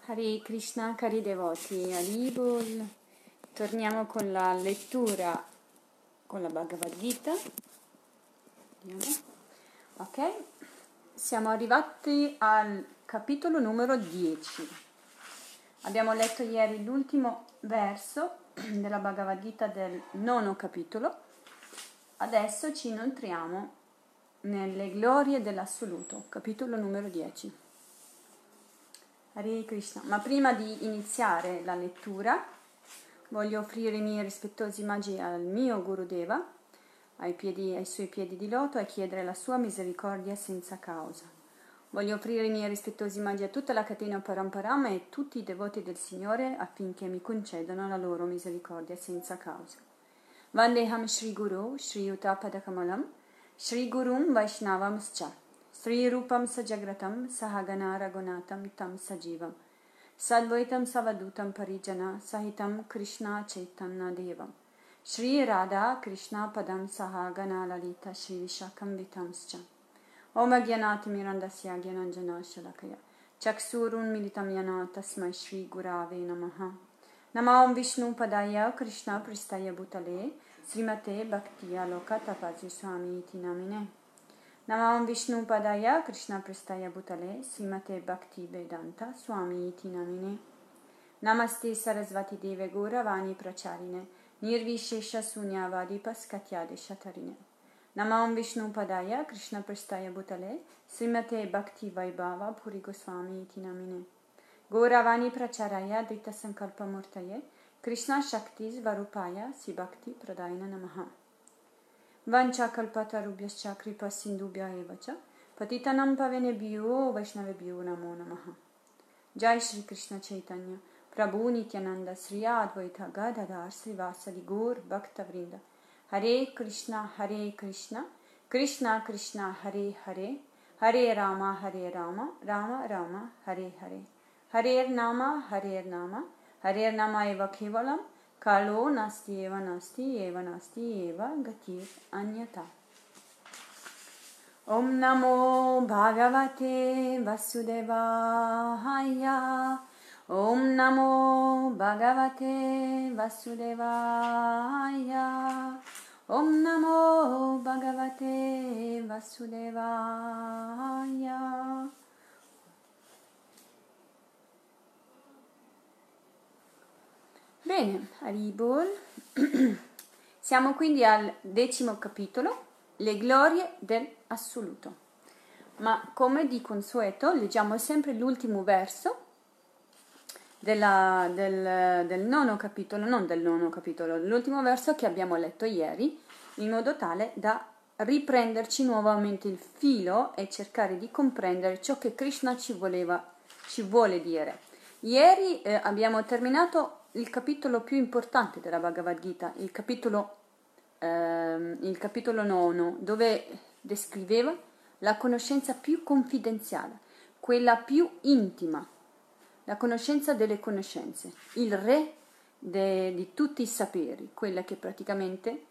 Hare Krishna, cari devoti, Haribol. Torniamo con la lettura con la Bhagavad Gita. Vediamo. Ok, siamo arrivati al capitolo numero 10. Abbiamo letto ieri l'ultimo verso della Bhagavad Gita del 9° capitolo. Adesso ci inoltriamo nelle glorie dell'assoluto, capitolo numero 10. Hare Krishna. Ma prima di iniziare la lettura voglio offrire i miei rispettosi omaggi al mio Gurudeva, ai suoi piedi di loto, e chiedere la sua misericordia senza causa. Voglio offrire i miei rispettosi omaggi a tutta la catena Paramparam e tutti i devoti del Signore affinché mi concedano la loro misericordia senza causa. Vandeham Shri Guru, Shri Utapadakamalam, Shri Gurum Vaishnavamscha, Sri Rupam Sajagratam Sahagana Ragunatam Tam Sajivam Sadvaitam Savadutam Parijana Sahitam Krishna Chaitanya Devam Shri Radha Krishna Padam Sahagana Lalita Shri Vishakam Vitamscha Om Agyanati Mirandasya Gyananjana Shalakaya Chaksurun Militam Yana Tasmai Shri Gurave Namaha Namam Vishnu Padaya Krishna Pristaya Bhutale Srimate Bhaktiya Lokatapaji Swami Iti Namine Namam Vishnu Padaya Krishna Prestaya Bhutale Srimate Bhakti Vedanta Swami Iti Namine Namaste Sarasvati Deve Gauravani Pracharine Nirvishesha Sunyavadi Paskatyade Shatarine Namam Vishnu Padaya Krishna Prestaya Bhutale Srimate Bhakti Vaibhava Puri Goswami Iti Namine Gauravani Pracharaya Drita Sankalpa Murtaye Krishna Shakti Svarupaya Si Bhakti Pradayana Namaha Vancha kalpata rubhyascha kripa sindubhya evacha patitanam pavenebhyo vaishnavebhyo namo namaha. Jai Shri Krishna Chaitanya Prabhu Nityananda Sri Advaita Gadadhar Srivasadi Gaur Bhakta Vrinda Hare Krishna Krishna Krishna Hare Hare Hare Rama Rama Rama Hare Hare Hare Nama Eva Kevalam Kalo nasti eva gatir anyata. Om Namo Bhagavate Vasudevaya. Om Namo Bhagavate Vasudevaya. Om Namo Bhagavate Vasudevaya. Bene, Haribol. Siamo quindi al 10° capitolo, le glorie dell'assoluto. Ma come di consueto leggiamo sempre l'ultimo verso del 9° capitolo, non del 9° capitolo, l'ultimo verso che abbiamo letto ieri, in modo tale da riprenderci nuovamente il filo e cercare di comprendere ciò che Krishna ci vuole dire. Ieri abbiamo terminato il capitolo più importante della Bhagavad Gita, il capitolo 9, dove descriveva la conoscenza più confidenziale, quella più intima, la conoscenza delle conoscenze, il re di tutti i saperi, quella che praticamente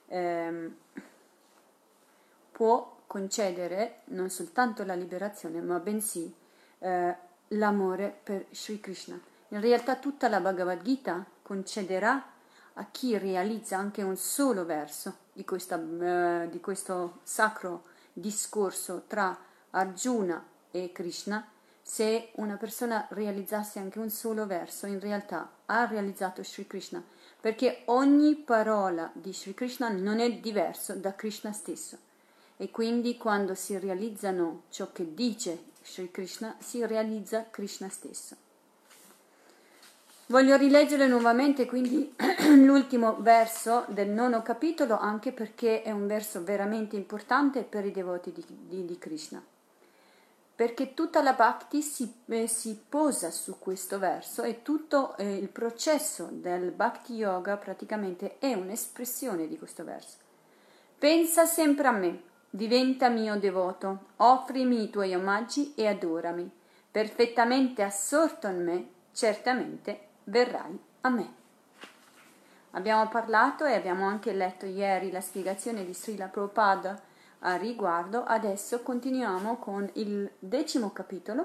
può concedere non soltanto la liberazione, ma bensì l'amore per Sri Krishna. In realtà tutta la Bhagavad Gita concederà a chi realizza anche un solo verso di questo sacro discorso tra Arjuna e Krishna. Se una persona realizzasse anche un solo verso, in realtà ha realizzato Sri Krishna, perché ogni parola di Sri Krishna non è diverso da Krishna stesso. E quindi quando si realizzano ciò che dice Sri Krishna, si realizza Krishna stesso. Voglio rileggere nuovamente quindi l'ultimo verso del 9° capitolo, anche perché è un verso veramente importante per i devoti di Krishna. Perché tutta la Bhakti si posa su questo verso e tutto il processo del Bhakti Yoga praticamente è un'espressione di questo verso. Pensa sempre a me, diventa mio devoto, offrimi i tuoi omaggi e adorami. Perfettamente assorto in me, certamente verrai a me. Abbiamo parlato e abbiamo anche letto ieri la spiegazione di Srila Prabhupada a riguardo. Adesso continuiamo con il 10° capitolo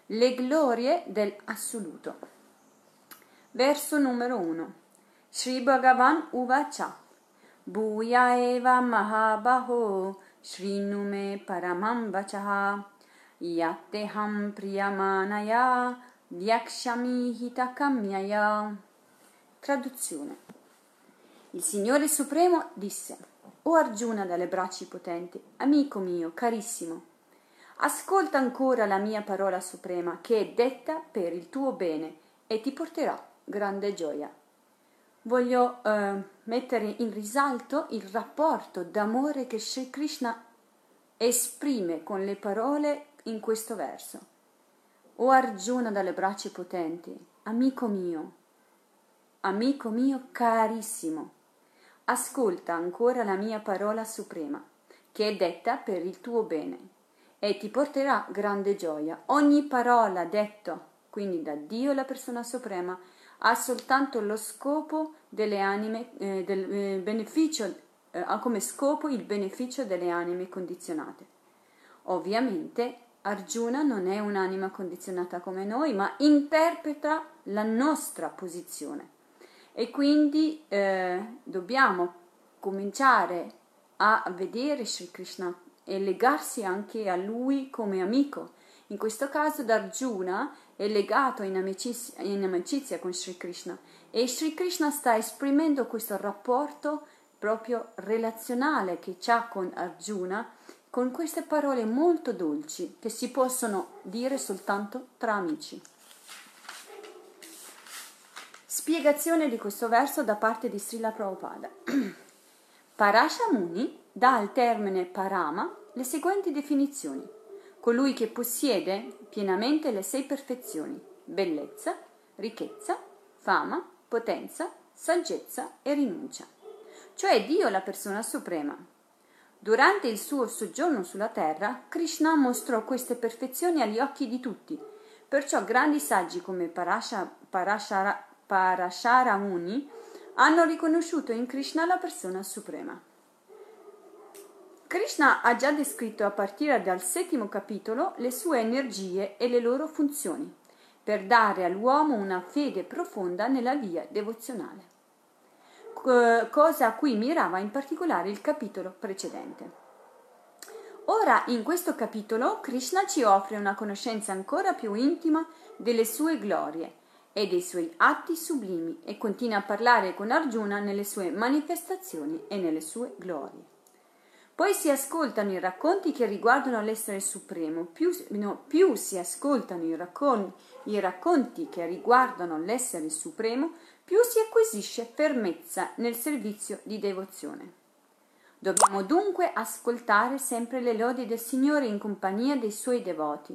le glorie dell'assoluto. Verso numero 1. Sri Bhagavan Uvacha Bhuya eva mahabaho Shrinume paramam vachaha Yatteham priyamanaya Vyakshami hitakamyaya. Traduzione. Il Signore Supremo disse: O Arjuna dalle braccia potenti, amico mio, carissimo, ascolta ancora la mia parola suprema, che è detta per il tuo bene e ti porterà grande gioia. Voglio mettere in risalto il rapporto d'amore che Sri Krishna esprime con le parole in questo verso. O Arjuna dalle braccia potenti, amico mio carissimo, ascolta ancora la mia parola suprema, che è detta per il tuo bene e ti porterà grande gioia. Ogni parola detta, quindi da Dio la persona suprema, ha soltanto lo scopo delle anime, ha come scopo il beneficio delle anime condizionate. Ovviamente Arjuna non è un'anima condizionata come noi, ma interpreta la nostra posizione e quindi dobbiamo cominciare a vedere Sri Krishna e legarsi anche a lui come amico. In questo caso Arjuna è legato in amicizia con Sri Krishna e Sri Krishna sta esprimendo questo rapporto proprio relazionale che c'ha con Arjuna, con queste parole molto dolci che si possono dire soltanto tra amici. Spiegazione di questo verso da parte di Srila Prabhupada. Parasha Muni dà al termine Parama le seguenti definizioni: colui che possiede pienamente le 6 perfezioni: bellezza, ricchezza, fama, potenza, saggezza e rinuncia, cioè Dio la persona suprema. Durante il suo soggiorno sulla terra, Krishna mostrò queste perfezioni agli occhi di tutti, perciò grandi saggi come Parashara Muni hanno riconosciuto in Krishna la persona suprema. Krishna ha già descritto a partire dal 7° capitolo le sue energie e le loro funzioni, per dare all'uomo una fede profonda nella via devozionale, cosa a cui mirava in particolare il capitolo precedente. Ora, in questo capitolo, Krishna ci offre una conoscenza ancora più intima delle sue glorie e dei suoi atti sublimi e continua a parlare con Arjuna nelle sue manifestazioni e nelle sue glorie. Poi si ascoltano i racconti che riguardano l'essere supremo. Più si ascoltano i racconti che riguardano l'essere supremo, più si acquisisce fermezza nel servizio di devozione. Dobbiamo dunque ascoltare sempre le lodi del Signore in compagnia dei Suoi devoti.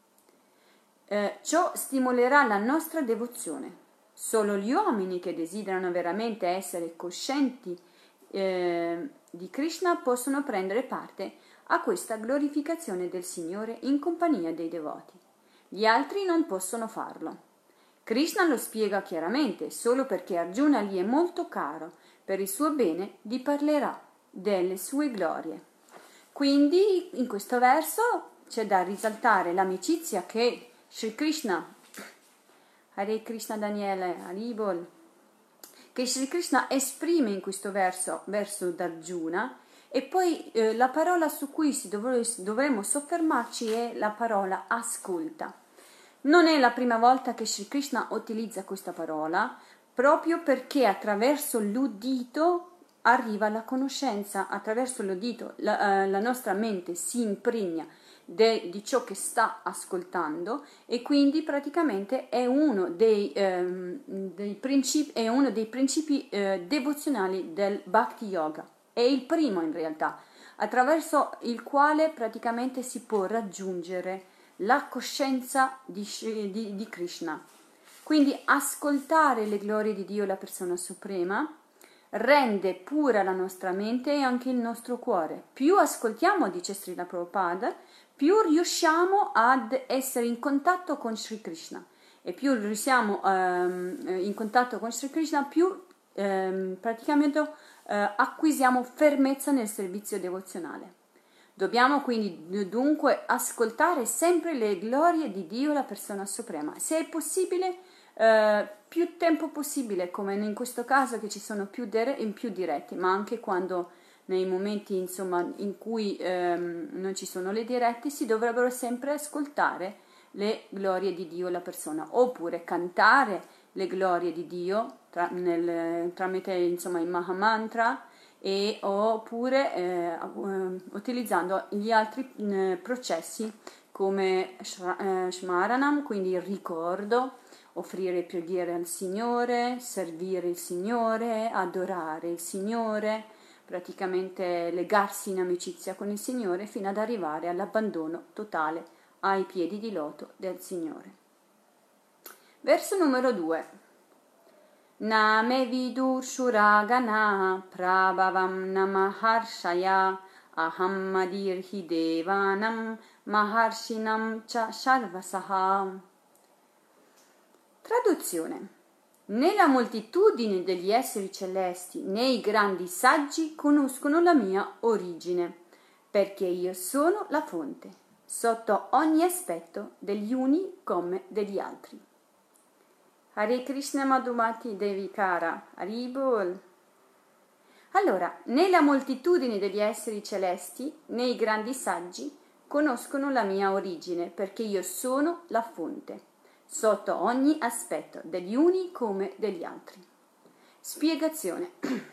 Ciò stimolerà la nostra devozione. Solo gli uomini che desiderano veramente essere coscienti di Krishna possono prendere parte a questa glorificazione del Signore in compagnia dei devoti. Gli altri non possono farlo. Krishna lo spiega chiaramente: solo perché Arjuna gli è molto caro, per il suo bene gli parlerà delle sue glorie. Quindi in questo verso c'è da risaltare l'amicizia che Sri Krishna, Hare Krishna Daniele, Haribol, che Sri Krishna esprime in questo verso d'Arjuna, e poi la parola su cui dovremmo soffermarci è la parola ascolta. Non è la prima volta che Sri Krishna utilizza questa parola, proprio perché attraverso l'udito arriva la conoscenza, attraverso l'udito la nostra mente si impregna di ciò che sta ascoltando, e quindi praticamente è uno dei principi devozionali del Bhakti Yoga. È il primo in realtà, attraverso il quale praticamente si può raggiungere la coscienza di Krishna. Quindi ascoltare le glorie di Dio, la persona suprema, rende pura la nostra mente e anche il nostro cuore. Più ascoltiamo, dice Srila Prabhupada, più riusciamo ad essere in contatto con Sri Krishna, e più siamo in contatto con Sri Krishna, più praticamente acquisiamo fermezza nel servizio devozionale. Dobbiamo quindi dunque ascoltare sempre le glorie di Dio, la persona suprema. Se è possibile, più tempo possibile, come in questo caso che ci sono più diretti, ma anche quando nei momenti insomma in cui non ci sono le dirette, si dovrebbero sempre ascoltare le glorie di Dio, la persona, oppure cantare le glorie di Dio tramite insomma il Mahamantra, oppure utilizzando gli altri processi come Shmaranam, quindi il ricordo, offrire preghiere al Signore, servire il Signore, adorare il Signore, praticamente legarsi in amicizia con il Signore fino ad arrivare all'abbandono totale ai piedi di loto del Signore. Verso numero 2. Name vidur shuragana prabhavam namaharshaya ahammadirhi devanam maharshinam cha sharvasaha. Traduzione. Nella moltitudine degli esseri celesti, né i grandi saggi conoscono la mia origine, perché io sono la fonte, sotto ogni aspetto degli uni come degli altri. Hare Krishna Madhumati Devi Cara, Haribol. Allora, né la moltitudine degli esseri celesti, né i grandi saggi conoscono la mia origine, perché io sono la fonte, sotto ogni aspetto degli uni come degli altri. Spiegazione.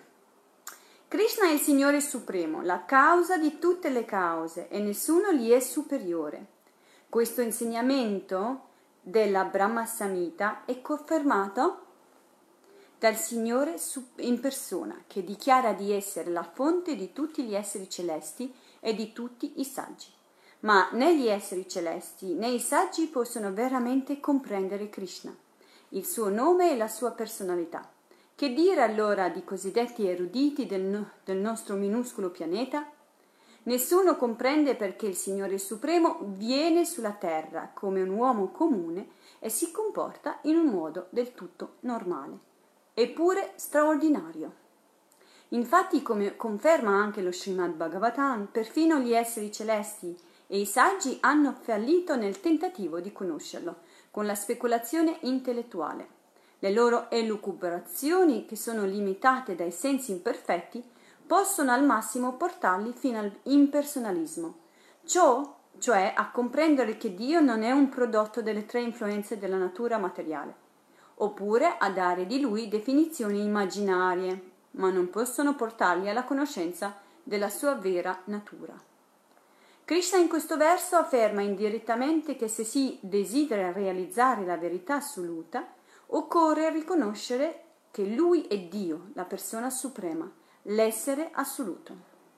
Krishna è il Signore Supremo, la causa di tutte le cause, e nessuno gli è superiore. Questo insegnamento della Brahma Samhita è confermato dal Signore in persona, che dichiara di essere la fonte di tutti gli esseri celesti e di tutti i saggi. Ma né gli esseri celesti né i saggi possono veramente comprendere Krishna, il suo nome e la sua personalità. Che dire allora di cosiddetti eruditi del nostro minuscolo pianeta? Nessuno comprende perché il Signore Supremo viene sulla terra come un uomo comune e si comporta in un modo del tutto normale, eppure straordinario. Infatti, come conferma anche lo Srimad Bhagavatam, perfino gli esseri celesti e i saggi hanno fallito nel tentativo di conoscerlo con la speculazione intellettuale. Le loro elucubrazioni, che sono limitate dai sensi imperfetti, possono al massimo portarli fino all'impersonalismo, cioè a comprendere che Dio non è un prodotto delle tre influenze della natura materiale, oppure a dare di Lui definizioni immaginarie, ma non possono portarli alla conoscenza della sua vera natura. Krishna in questo verso afferma indirettamente che se si desidera realizzare la verità assoluta, occorre riconoscere che Lui è Dio, la persona suprema, l'essere assoluto.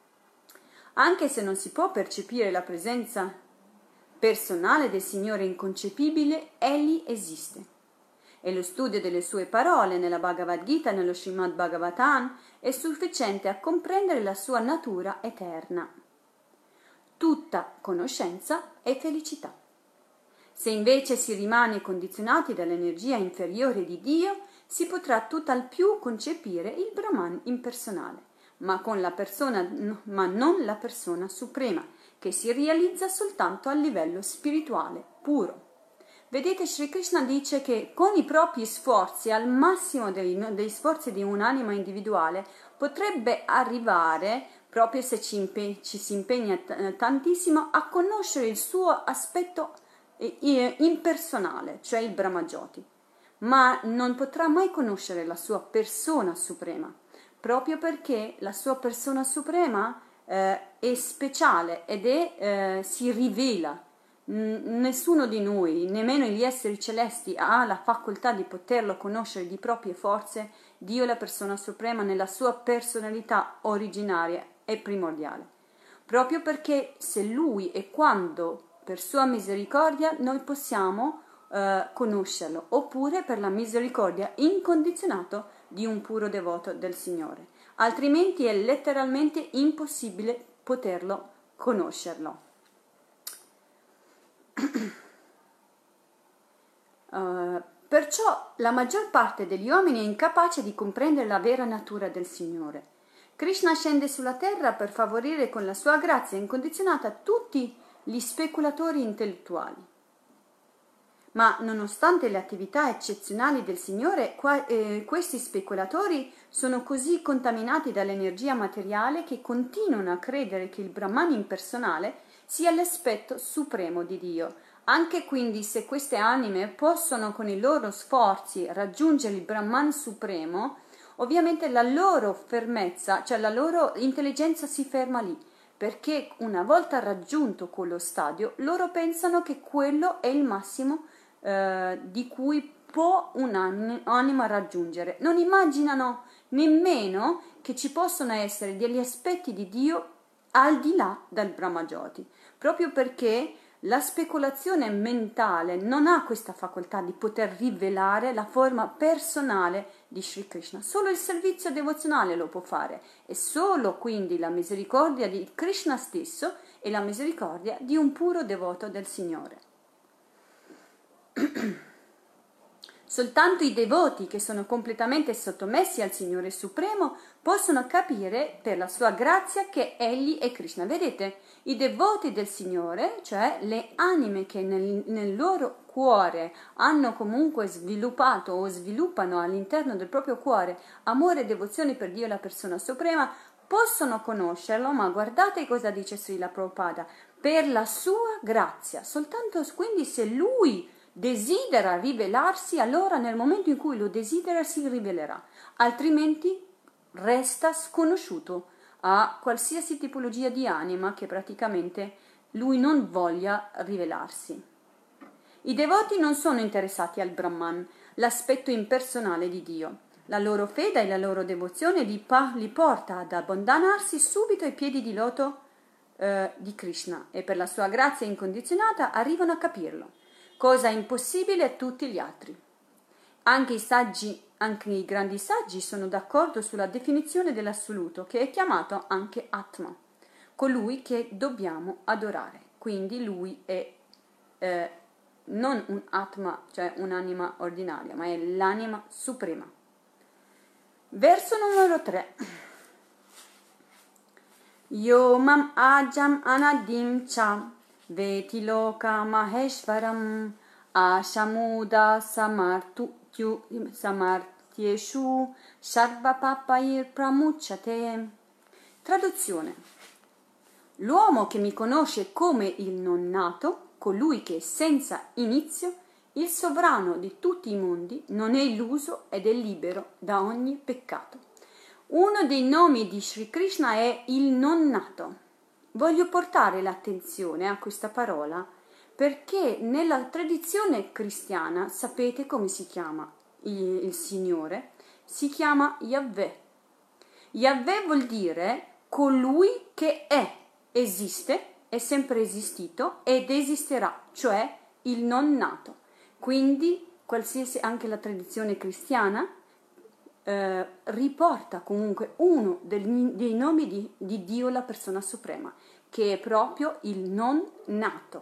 Anche se non si può percepire la presenza personale del Signore inconcepibile, Egli esiste. E lo studio delle sue parole nella Bhagavad Gita e nello Srimad Bhagavatam è sufficiente a comprendere la sua natura eterna. Tutta conoscenza è felicità. Se invece si rimane condizionati dall'energia inferiore di Dio, si potrà tutt'al più concepire il Brahman impersonale, ma non la persona suprema, che si realizza soltanto a livello spirituale puro. Vedete, Sri Krishna dice che con i propri sforzi, al massimo degli sforzi di un'anima individuale, potrebbe arrivare, proprio se ci si impegna tantissimo, a conoscere il suo aspetto impersonale, cioè il Brahmajyoti, ma non potrà mai conoscere la sua persona suprema, proprio perché la sua persona suprema è speciale ed si rivela. Nessuno di noi, nemmeno gli esseri celesti, ha la facoltà di poterlo conoscere di proprie forze. Dio, la persona suprema, nella sua personalità originaria e primordiale, proprio perché se Lui e quando per sua misericordia noi possiamo conoscerlo, oppure per la misericordia incondizionata di un puro devoto del Signore, altrimenti è letteralmente impossibile poterlo conoscerlo. Perciò la maggior parte degli uomini è incapace di comprendere la vera natura del Signore. Krishna scende sulla terra per favorire con la sua grazia incondizionata tutti gli speculatori intellettuali. Ma nonostante le attività eccezionali del Signore, questi speculatori sono così contaminati dall'energia materiale che continuano a credere che il Brahman impersonale sia l'aspetto supremo di Dio. Anche quindi, se queste anime possono con i loro sforzi raggiungere il Brahman supremo, ovviamente la loro fermezza, cioè la loro intelligenza si ferma lì, perché una volta raggiunto quello stadio, loro pensano che quello è il massimo di cui può un'anima raggiungere. Non immaginano nemmeno che ci possono essere degli aspetti di Dio al di là del Brahmajyoti, proprio perché la speculazione mentale non ha questa facoltà di poter rivelare la forma personale di Sri Krishna. Solo il servizio devozionale lo può fare, e solo quindi la misericordia di Krishna stesso e la misericordia di un puro devoto del Signore. Soltanto i devoti che sono completamente sottomessi al Signore Supremo possono capire per la sua grazia che Egli è Krishna. Vedete, i devoti del Signore, cioè le anime che nel loro cuore hanno comunque sviluppato o sviluppano all'interno del proprio cuore amore e devozione per Dio, la persona suprema, possono conoscerlo, ma guardate cosa dice Srila Prabhupada, per la sua grazia. Soltanto quindi se Lui desidera rivelarsi, allora nel momento in cui lo desidera si rivelerà, altrimenti resta sconosciuto a qualsiasi tipologia di anima che praticamente lui non voglia rivelarsi. I devoti non sono interessati al Brahman, l'aspetto impersonale di Dio. La loro fede e la loro devozione li porta ad abbandonarsi subito ai piedi di loto di Krishna, e per la sua grazia incondizionata arrivano a capirlo, cosa impossibile a tutti gli altri. Anche i grandi saggi sono d'accordo sulla definizione dell'assoluto, che è chiamato anche Atma, colui che dobbiamo adorare. Quindi lui è non un Atma, cioè un'anima ordinaria, ma è l'anima suprema. Verso numero 3. Yomam ajam anadim cha Veti loka maheshvaram ashamuda samartyeshu sarva papair pramucciate. Traduzione: l'uomo che mi conosce come il non nato, colui che è senza inizio, il sovrano di tutti i mondi, non è illuso ed è libero da ogni peccato. Uno dei nomi di Sri Krishna è il non nato. Voglio portare l'attenzione a questa parola perché nella tradizione cristiana sapete come si chiama il Signore? Si chiama Yahweh. Yahweh vuol dire colui che esiste, è sempre esistito ed esisterà, cioè il non nato. Quindi qualsiasi, anche la tradizione cristiana riporta comunque uno dei nomi di Dio, la persona suprema, che è proprio il non nato.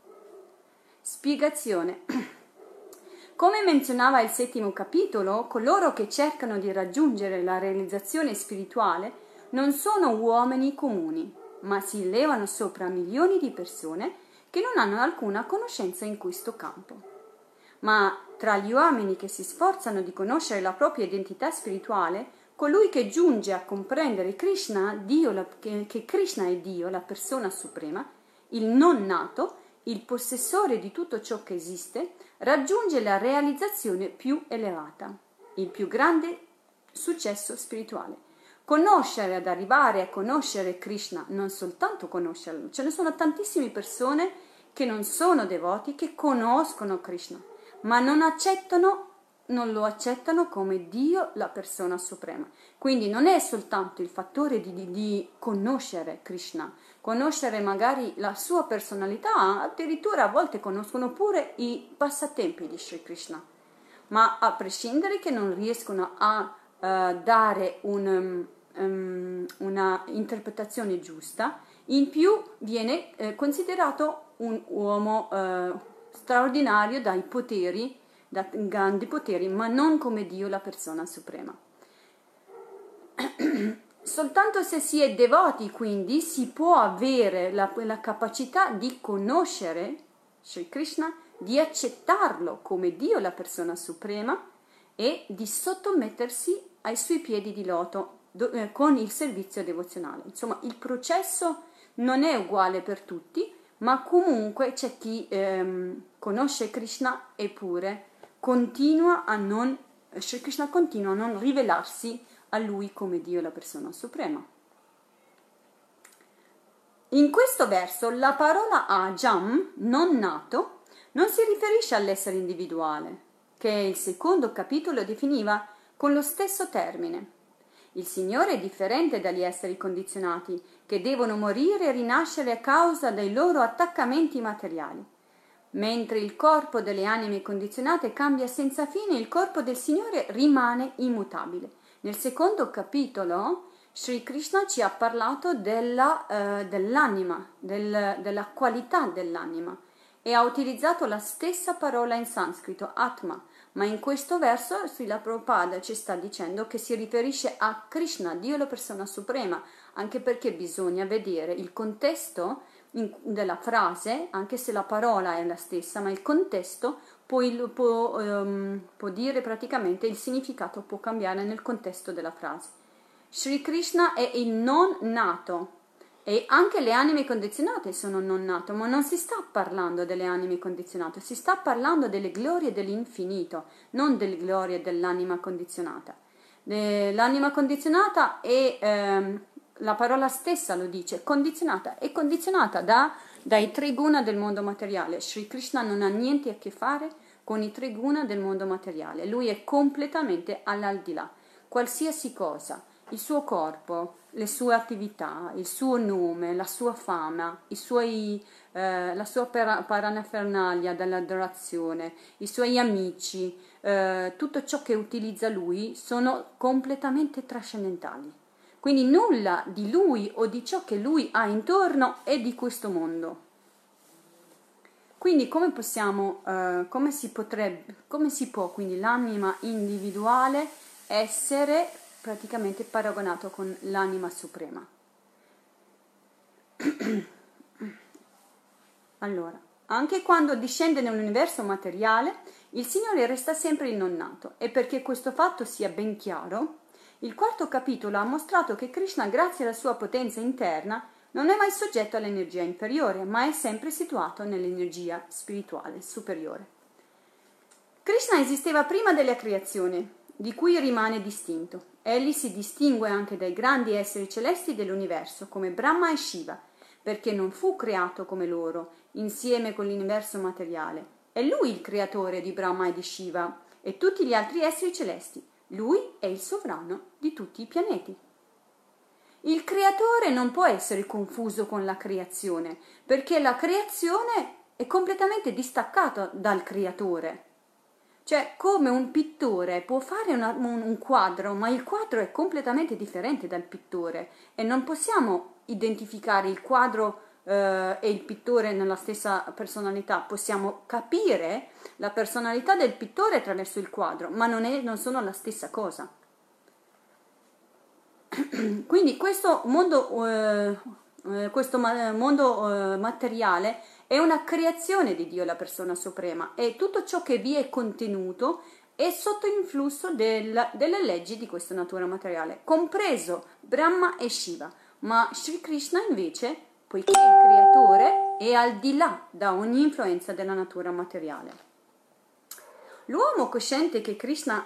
Spiegazione. Come menzionava il 7° capitolo, coloro che cercano di raggiungere la realizzazione spirituale non sono uomini comuni, ma si elevano sopra milioni di persone che non hanno alcuna conoscenza in questo campo. Ma tra gli uomini che si sforzano di conoscere la propria identità spirituale, colui che giunge a comprendere Krishna, che Krishna è Dio, la persona suprema, il non nato, il possessore di tutto ciò che esiste, raggiunge la realizzazione più elevata, il più grande successo spirituale. Conoscere, ad arrivare a conoscere Krishna, non soltanto conoscerlo, ce ne sono tantissime persone che non sono devoti, che conoscono Krishna, ma non lo accettano come Dio, la persona suprema. Quindi non è soltanto il fattore di conoscere Krishna, conoscere magari la sua personalità, addirittura a volte conoscono pure i passatempi di Sri Krishna, ma a prescindere che non riescono a dare una interpretazione giusta, in più viene considerato un uomo straordinario dai poteri, da grandi poteri, ma non come Dio, la persona suprema. Soltanto se si è devoti, quindi, si può avere la capacità di conoscere Sri Krishna, di accettarlo come Dio, la persona suprema, e di sottomettersi ai suoi piedi di loto con il servizio devozionale. Insomma, il processo non è uguale per tutti, ma comunque c'è chi conosce Krishna eppure Sri Krishna continua a non rivelarsi a lui come Dio, la persona suprema. In questo verso la parola ajam, non nato, non si riferisce all'essere individuale, che il secondo capitolo definiva con lo stesso termine. Il Signore è differente dagli esseri condizionati, che devono morire e rinascere a causa dei loro attaccamenti materiali. Mentre il corpo delle anime condizionate cambia senza fine, il corpo del Signore rimane immutabile. Nel secondo capitolo Sri Krishna ci ha parlato dell'anima, della qualità dell'anima, e ha utilizzato la stessa parola in sanscrito, Atma, ma in questo verso Srila Prabhupada ci sta dicendo che si riferisce a Krishna, Dio la persona suprema, anche perché bisogna vedere il contesto della frase, anche se la parola è la stessa, ma il contesto può dire praticamente il significato può cambiare nel contesto della frase. Sri Krishna è il non nato e anche le anime condizionate sono non nato, ma non si sta parlando delle anime condizionate, si sta parlando delle glorie dell'infinito, non delle glorie dell'anima condizionata. L'anima condizionata è, la parola stessa lo dice, condizionata, è condizionata dai tre guna del mondo materiale. Sri Krishna non ha niente a che fare con i tre guna del mondo materiale, lui è completamente all'aldilà. Qualsiasi cosa, il suo corpo, le sue attività, il suo nome, la sua fama, la sua parafernalia dell'adorazione, i suoi amici, tutto ciò che utilizza lui sono completamente trascendentali. Quindi nulla di lui o di ciò che lui ha intorno è di questo mondo. Quindi come si può quindi l'anima individuale essere praticamente paragonato con l'anima suprema? Allora, anche quando discende nell'universo materiale, il Signore resta sempre il non nato, e perché questo fatto sia ben chiaro, il quarto capitolo ha mostrato che Krishna, grazie alla sua potenza interna, non è mai soggetto all'energia inferiore, ma è sempre situato nell'energia spirituale superiore. Krishna esisteva prima della creazione, di cui rimane distinto. Egli si distingue anche dai grandi esseri celesti dell'universo, come Brahma e Shiva, perché non fu creato come loro, insieme con l'universo materiale. È lui il creatore di Brahma e di Shiva e tutti gli altri esseri celesti. Lui è il sovrano di tutti i pianeti. Il creatore non può essere confuso con la creazione, perché la creazione è completamente distaccata dal creatore. Cioè, come un pittore può fare un quadro, ma il quadro è completamente differente dal pittore e non possiamo identificare il quadro e il pittore nella stessa personalità. Possiamo capire la personalità del pittore attraverso il quadro, ma non sono la stessa cosa. Quindi questo mondo materiale è una creazione di Dio, la persona suprema, e tutto ciò che vi è contenuto è sotto influsso delle leggi di questa natura materiale, compreso Brahma e Shiva. Ma Sri Krishna invece, poiché è il creatore, è al di là da ogni influenza della natura materiale. L'uomo cosciente che Krishna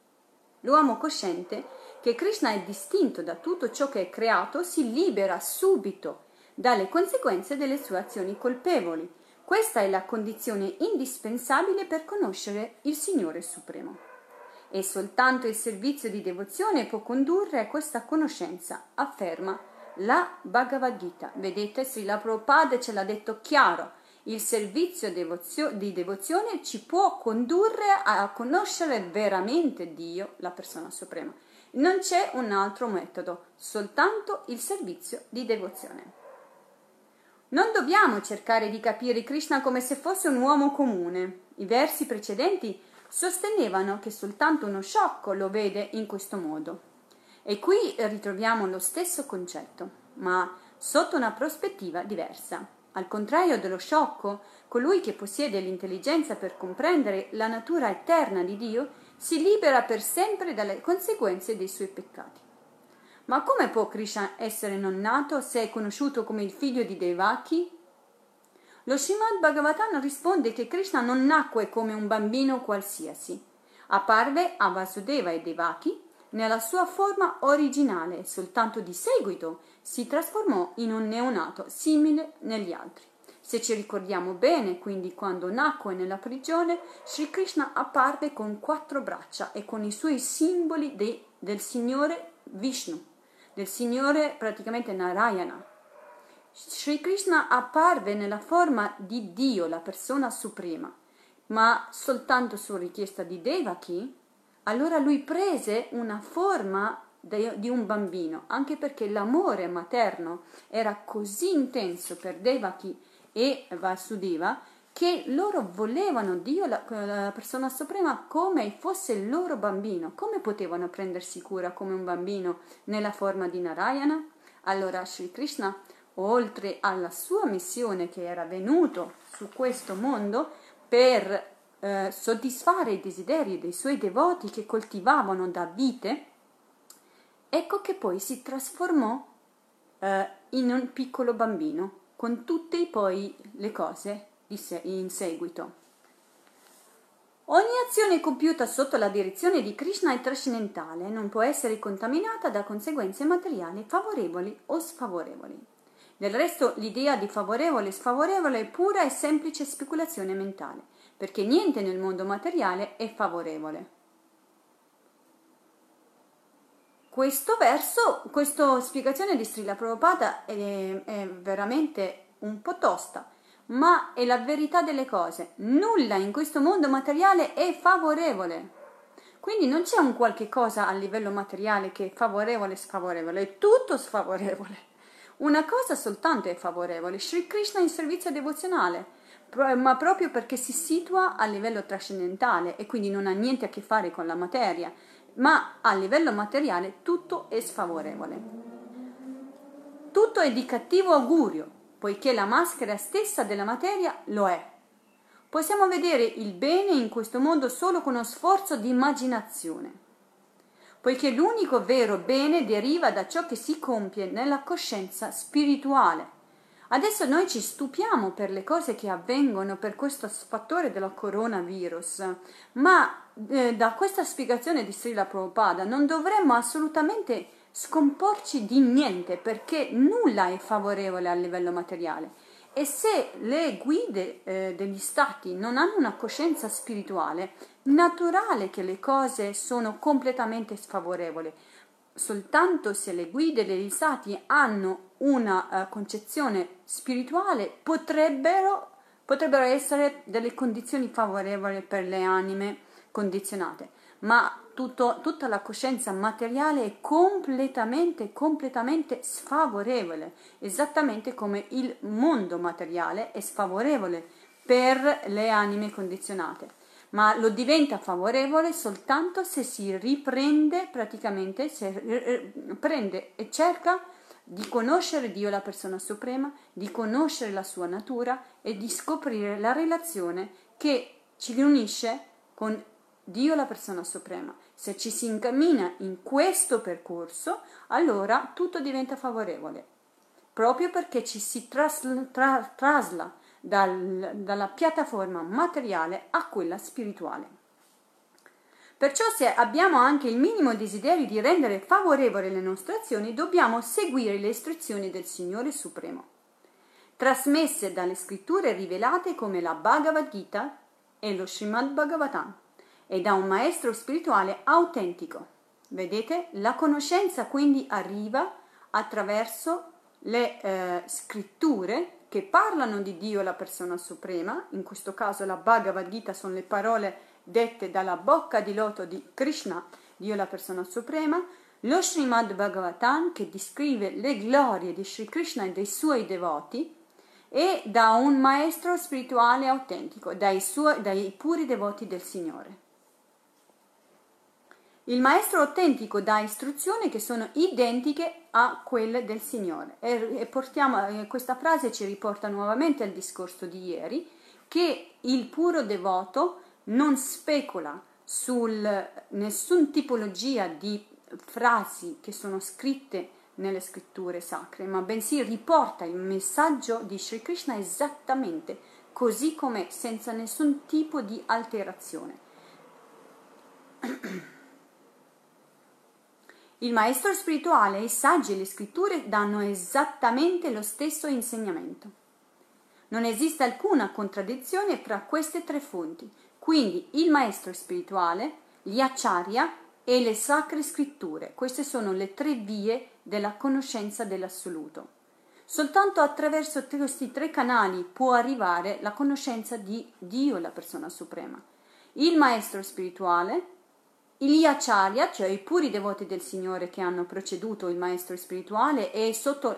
è distinto da tutto ciò che è creato si libera subito dalle conseguenze delle sue azioni colpevoli. Questa è la condizione indispensabile per conoscere il Signore Supremo. E soltanto il servizio di devozione può condurre a questa conoscenza, afferma la Bhagavad Gita. Vedete, Srila Prabhupada ce l'ha detto chiaro. Il servizio di devozione ci può condurre a conoscere veramente Dio, la persona suprema. Non c'è un altro metodo, soltanto il servizio di devozione. Non dobbiamo cercare di capire Krishna come se fosse un uomo comune. I versi precedenti sostenevano che soltanto uno sciocco lo vede in questo modo. E qui ritroviamo lo stesso concetto, ma sotto una prospettiva diversa. Al contrario dello sciocco, colui che possiede l'intelligenza per comprendere la natura eterna di Dio si libera per sempre dalle conseguenze dei suoi peccati. Ma come può Krishna essere non nato se è conosciuto come il figlio di Devaki? Lo Srimad Bhagavatam risponde che Krishna non nacque come un bambino qualsiasi. Apparve a Vasudeva e Devaki nella sua forma originale e soltanto di seguito si trasformò in un neonato simile negli altri. Se ci ricordiamo bene, quindi, quando nacque nella prigione, Sri Krishna apparve con 4 braccia e con i suoi simboli del Signore Vishnu, del Signore praticamente Narayana. Sri Krishna apparve nella forma di Dio, la persona suprema, ma soltanto su richiesta di Devaki. Allora lui prese una forma di un bambino, anche perché l'amore materno era così intenso per Devaki e Vasudeva che loro volevano Dio, la persona suprema, come fosse il loro bambino. Come potevano prendersi cura come un bambino nella forma di Narayana? Allora Sri Krishna, oltre alla sua missione che era venuto su questo mondo per soddisfare i desideri dei suoi devoti che coltivavano da vite, ecco che poi si trasformò in un piccolo bambino con tutte poi le cose in seguito. Ogni azione compiuta sotto la direzione di Krishna è trascendentale, non può essere contaminata da conseguenze materiali favorevoli o sfavorevoli. Del resto l'idea di favorevole e sfavorevole è pura e semplice speculazione mentale, perché niente nel mondo materiale è favorevole. Questa spiegazione di Srila Prabhupada è veramente un po' tosta, ma è la verità delle cose. Nulla in questo mondo materiale è favorevole. Quindi non c'è un qualche cosa a livello materiale che è favorevole e sfavorevole, è tutto sfavorevole. Una cosa soltanto è favorevole, Sri Krishna in servizio devozionale, ma proprio perché si situa a livello trascendentale e quindi non ha niente a che fare con la materia, ma a livello materiale tutto è sfavorevole. Tutto è di cattivo augurio, poiché la maschera stessa della materia lo è. Possiamo vedere il bene in questo mondo solo con uno sforzo di immaginazione, poiché l'unico vero bene deriva da ciò che si compie nella coscienza spirituale. Adesso noi ci stupiamo per le cose che avvengono per questo fattore dello coronavirus, ma da questa spiegazione di Srila Prabhupada non dovremmo assolutamente scomporci di niente, perché nulla è favorevole a livello materiale. E se le guide degli stati non hanno una coscienza spirituale, naturale che le cose sono completamente sfavorevoli. Soltanto se le guide degli stati hanno una concezione spirituale potrebbero essere delle condizioni favorevoli per le anime condizionate, ma tutta la coscienza materiale è completamente sfavorevole, esattamente come il mondo materiale è sfavorevole per le anime condizionate. Ma lo diventa favorevole soltanto se si riprende praticamente, se prende e cerca di conoscere Dio, la persona suprema, di conoscere la sua natura e di scoprire la relazione che ci unisce con Dio, la persona suprema. Se ci si incammina in questo percorso, allora tutto diventa favorevole, proprio perché ci si trasla dalla piattaforma materiale a quella spirituale. Perciò se abbiamo anche il minimo desiderio di rendere favorevoli le nostre azioni, dobbiamo seguire le istruzioni del Signore Supremo, trasmesse dalle scritture rivelate come la Bhagavad Gita e lo Srimad Bhagavatam, e da un maestro spirituale autentico. Vedete? La conoscenza quindi arriva attraverso le scritture che parlano di Dio, la persona suprema. In questo caso la Bhagavad Gita sono le parole dette dalla bocca di loto di Krishna, Dio, la persona suprema. Lo Srimad Bhagavatam, che descrive le glorie di Sri Krishna e dei suoi devoti, e da un maestro spirituale autentico, dai puri devoti del Signore. Il maestro autentico dà istruzioni che sono identiche a quelle del Signore. E questa frase ci riporta nuovamente al discorso di ieri, che il puro devoto non specula su nessun tipologia di frasi che sono scritte nelle scritture sacre, ma bensì riporta il messaggio di Sri Krishna esattamente così com'è, senza nessun tipo di alterazione. Il maestro spirituale, i saggi e le scritture danno esattamente lo stesso insegnamento. Non esiste alcuna contraddizione fra queste tre fonti. Quindi il maestro spirituale, gli acharya e le sacre scritture. Queste sono le tre vie della conoscenza dell'assoluto. Soltanto attraverso questi tre canali può arrivare la conoscenza di Dio, la persona suprema. Il maestro spirituale, gli acharya, cioè i puri devoti del Signore che hanno preceduto il maestro spirituale e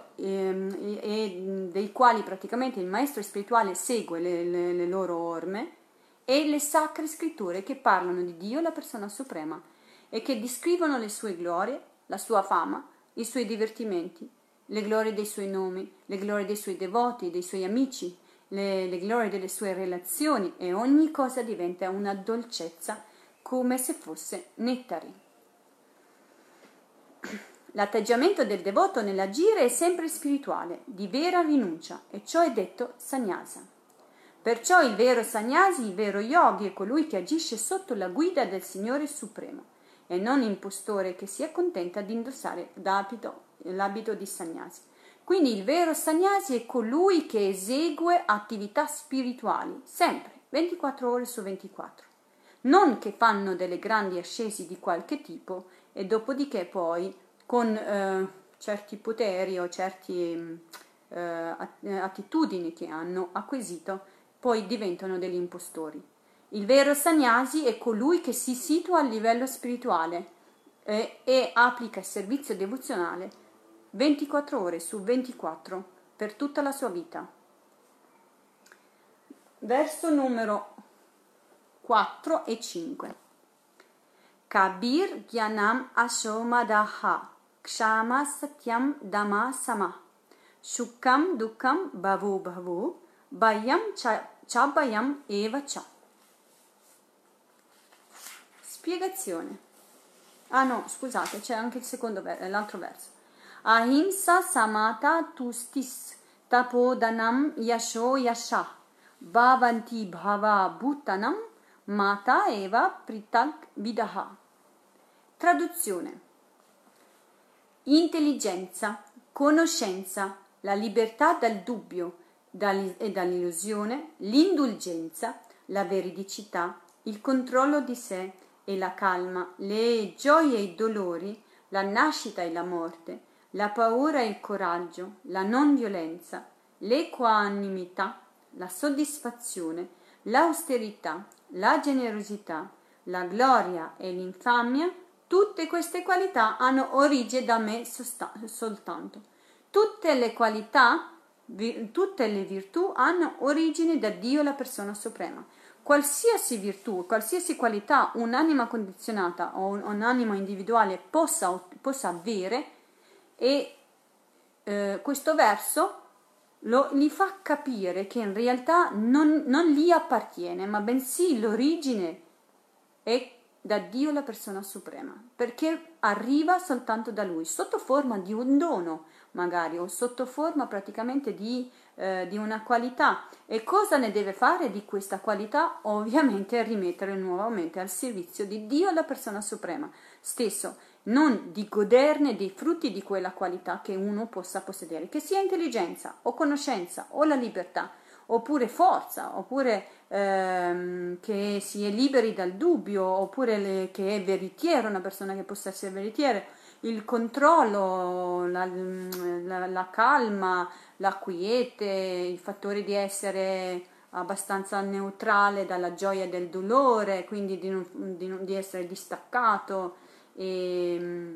dei quali praticamente il maestro spirituale segue le loro orme, e le sacre scritture che parlano di Dio, la persona suprema, e che descrivono le sue glorie, la sua fama, i suoi divertimenti, le glorie dei suoi nomi, le glorie dei suoi devoti, dei suoi amici, le glorie delle sue relazioni, e ogni cosa diventa una dolcezza come se fosse nettare. L'atteggiamento del devoto nell'agire è sempre spirituale, di vera rinuncia, e ciò è detto sannyasa. Perciò il vero sannyasi, il vero yogi, è colui che agisce sotto la guida del Signore Supremo, e non impostore che si accontenta di indossare l'abito di sannyasi. Quindi il vero sannyasi è colui che esegue attività spirituali, sempre, 24 ore su 24. Non che fanno delle grandi ascesi di qualche tipo e dopodiché poi con certi poteri o certe attitudini che hanno acquisito poi diventano degli impostori. Il vero sannyasi è colui che si situa a livello spirituale e applica il servizio devozionale 24 ore su 24 per tutta la sua vita. Verso numero 4 e 5. Kabir Gyanam Ashomadaha Kshama Satyam Dama Sama Shukam Dukam Bhavu Bhavu Bhayam Chabhayam Eva Cha. Spiegazione. No, scusate, c'è anche il secondo l'altro verso. Ahimsa Samata Tustis Tapodanam Yasho Yasha Bhavanti Bhava Bhutanam Mata Eva Pritak Vidaha. Traduzione. Intelligenza, conoscenza, la libertà dal dubbio e dall'illusione, l'indulgenza, la veridicità, il controllo di sé e la calma, le gioie e i dolori, la nascita e la morte, la paura e il coraggio, la non violenza, l'equanimità, la soddisfazione, l'austerità, la generosità, la gloria e l'infamia, tutte queste qualità hanno origine da me soltanto. Tutte le qualità, tutte le virtù hanno origine da Dio, la persona suprema. Qualsiasi virtù, qualsiasi qualità un'anima condizionata o un'anima individuale possa avere, e questo verso gli fa capire che in realtà non gli appartiene, ma bensì l'origine è da Dio, la persona suprema, perché arriva soltanto da Lui, sotto forma di un dono magari, o sotto forma praticamente di una qualità. E cosa ne deve fare di questa qualità? Ovviamente rimettere nuovamente al servizio di Dio, la persona suprema stesso, non di goderne dei frutti di quella qualità che uno possa possedere, che sia intelligenza o conoscenza o la libertà, oppure forza, oppure che si è liberi dal dubbio, oppure che è veritiero, una persona che possa essere veritiera, il controllo, la calma, la quiete, il fattore di essere abbastanza neutrale dalla gioia e del dolore, quindi di essere distaccato. E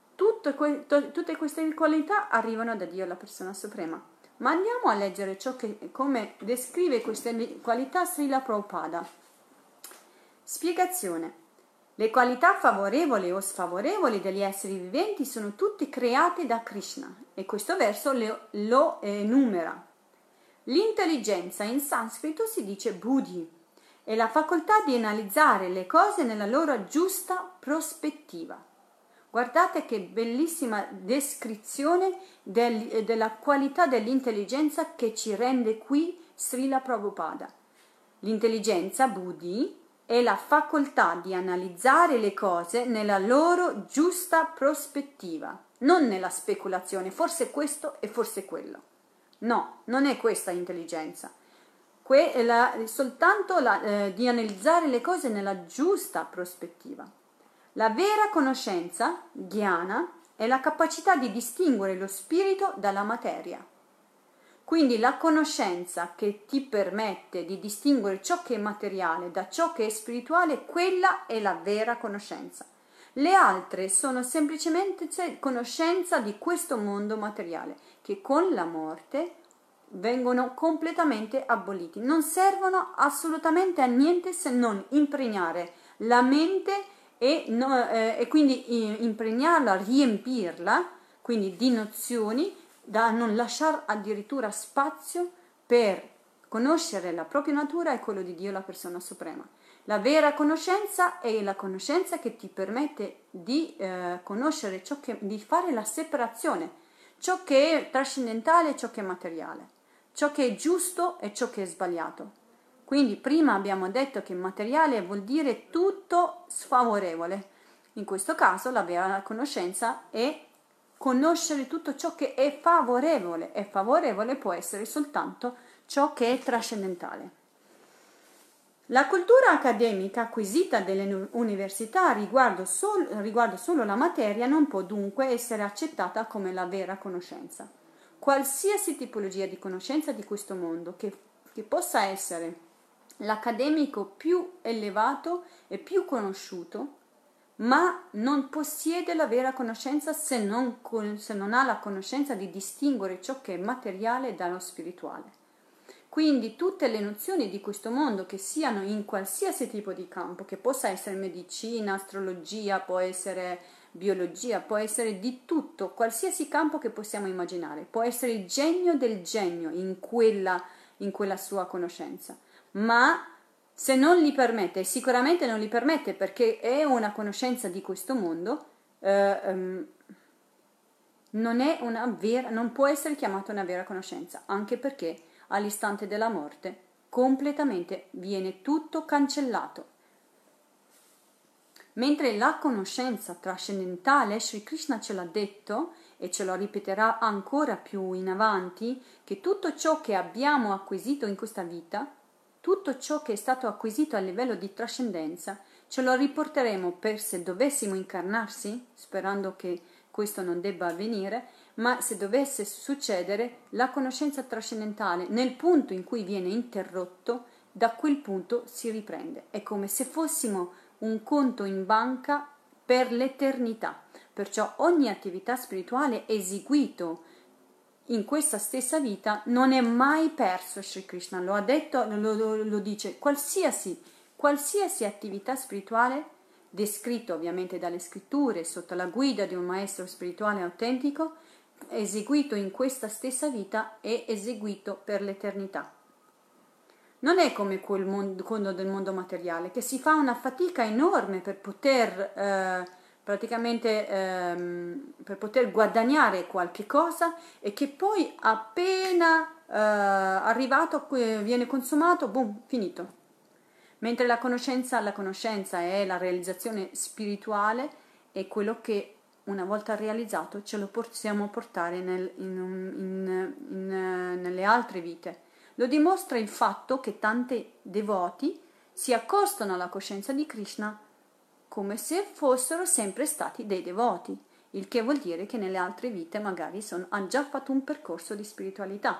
tutte queste qualità arrivano da Dio, la persona suprema. Ma andiamo a leggere come descrive queste qualità Srila Prabhupada. Spiegazione. Le qualità favorevoli o sfavorevoli degli esseri viventi sono tutte create da Krishna e questo verso lo enumera. L'intelligenza in sanscrito si dice buddhi, è la facoltà di analizzare le cose nella loro giusta prospettiva. Guardate che bellissima descrizione della qualità dell'intelligenza che ci rende qui Srila Prabhupada. L'intelligenza buddhi è la facoltà di analizzare le cose nella loro giusta prospettiva, non nella speculazione, forse questo e forse quello. No, non è questa intelligenza. Soltanto di analizzare le cose nella giusta prospettiva. La vera conoscenza, jnana, è la capacità di distinguere lo spirito dalla materia. Quindi la conoscenza che ti permette di distinguere ciò che è materiale da ciò che è spirituale, quella è la vera conoscenza. Le altre sono semplicemente conoscenza di questo mondo materiale, che con la morte vengono completamente aboliti. Non servono assolutamente a niente se non impregnare la mente e quindi impregnarla, riempirla, quindi di nozioni, da non lasciare addirittura spazio per conoscere la propria natura e quello di Dio, la persona suprema. La vera conoscenza è la conoscenza che ti permette di conoscere di fare la separazione, ciò che è trascendentale e ciò che è materiale, ciò che è giusto e ciò che è sbagliato. Quindi prima abbiamo detto che materiale vuol dire tutto sfavorevole. In questo caso la vera conoscenza è conoscere tutto ciò che è favorevole, e favorevole può essere soltanto ciò che è trascendentale. La cultura accademica acquisita delle università riguardo solo la materia non può dunque essere accettata come la vera conoscenza. Qualsiasi tipologia di conoscenza di questo mondo, che possa essere l'accademico più elevato e più conosciuto, ma non possiede la vera conoscenza se non ha la conoscenza di distinguere ciò che è materiale dallo spirituale. Quindi tutte le nozioni di questo mondo, che siano in qualsiasi tipo di campo, che possa essere medicina, astrologia, può essere biologia, può essere di tutto, qualsiasi campo che possiamo immaginare, può essere il genio del genio in quella sua conoscenza, ma se non li permette, sicuramente non li permette perché è una conoscenza di questo mondo, non può essere chiamata una vera conoscenza, anche perché all'istante della morte completamente viene tutto cancellato. Mentre la conoscenza trascendentale, Sri Krishna ce l'ha detto e ce lo ripeterà ancora più in avanti, che tutto ciò che abbiamo acquisito in questa vita, tutto ciò che è stato acquisito a livello di trascendenza, ce lo riporteremo per se dovessimo incarnarsi, sperando che questo non debba avvenire, ma se dovesse succedere, la conoscenza trascendentale nel punto in cui viene interrotto, da quel punto si riprende. È come se fossimo un conto in banca per l'eternità. Perciò ogni attività spirituale eseguito in questa stessa vita non è mai perso. Sri Krishna lo ha detto, lo dice, qualsiasi attività spirituale, descritto ovviamente dalle scritture sotto la guida di un maestro spirituale autentico, eseguito in questa stessa vita è eseguito per l'eternità. Non è come quello del mondo materiale, che si fa una fatica enorme per poter per poter guadagnare qualche cosa e che poi appena arrivato viene consumato, boom, finito. Mentre la conoscenza è la realizzazione spirituale, è quello che una volta realizzato ce lo possiamo portare nelle altre vite. Lo dimostra il fatto che tanti devoti si accostano alla coscienza di Krishna come se fossero sempre stati dei devoti, il che vuol dire che nelle altre vite magari hanno già fatto un percorso di spiritualità.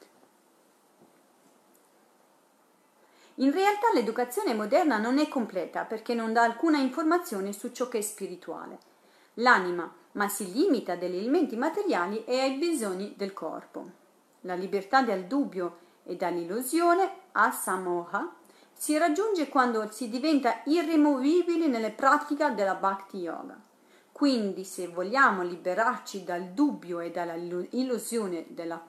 In realtà l'educazione moderna non è completa perché non dà alcuna informazione su ciò che è spirituale. L'anima, ma si limita agli elementi materiali e ai bisogni del corpo. La libertà dal dubbio e dall'illusione, asamoha, si raggiunge quando si diventa irremovibili nelle pratiche della Bhakti Yoga. Quindi, se vogliamo liberarci dal dubbio e dalla illusione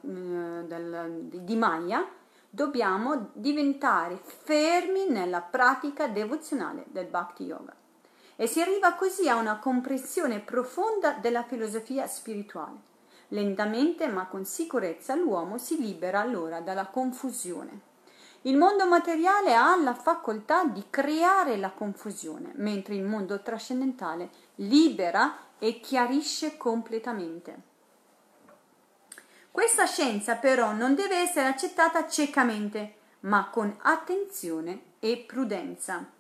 di Maya, dobbiamo diventare fermi nella pratica devozionale del Bhakti Yoga. E si arriva così a una comprensione profonda della filosofia spirituale. Lentamente ma con sicurezza l'uomo si libera allora dalla confusione. Il mondo materiale ha la facoltà di creare la confusione, mentre il mondo trascendentale libera e chiarisce completamente. Questa scienza però non deve essere accettata ciecamente, ma con attenzione e prudenza.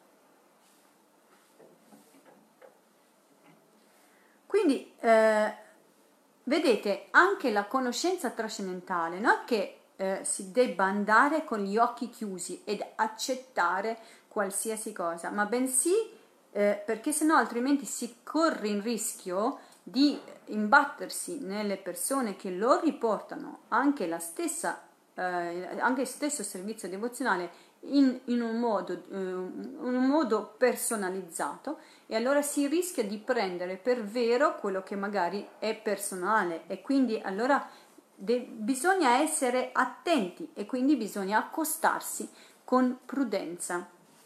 Quindi, vedete, anche la conoscenza trascendentale non è che si debba andare con gli occhi chiusi ed accettare qualsiasi cosa, ma bensì perché sennò altrimenti si corre il rischio di imbattersi nelle persone che lo riportano anche il stesso servizio devozionale in un modo personalizzato, e allora si rischia di prendere per vero quello che magari è personale, e quindi allora bisogna essere attenti e quindi bisogna accostarsi con prudenza.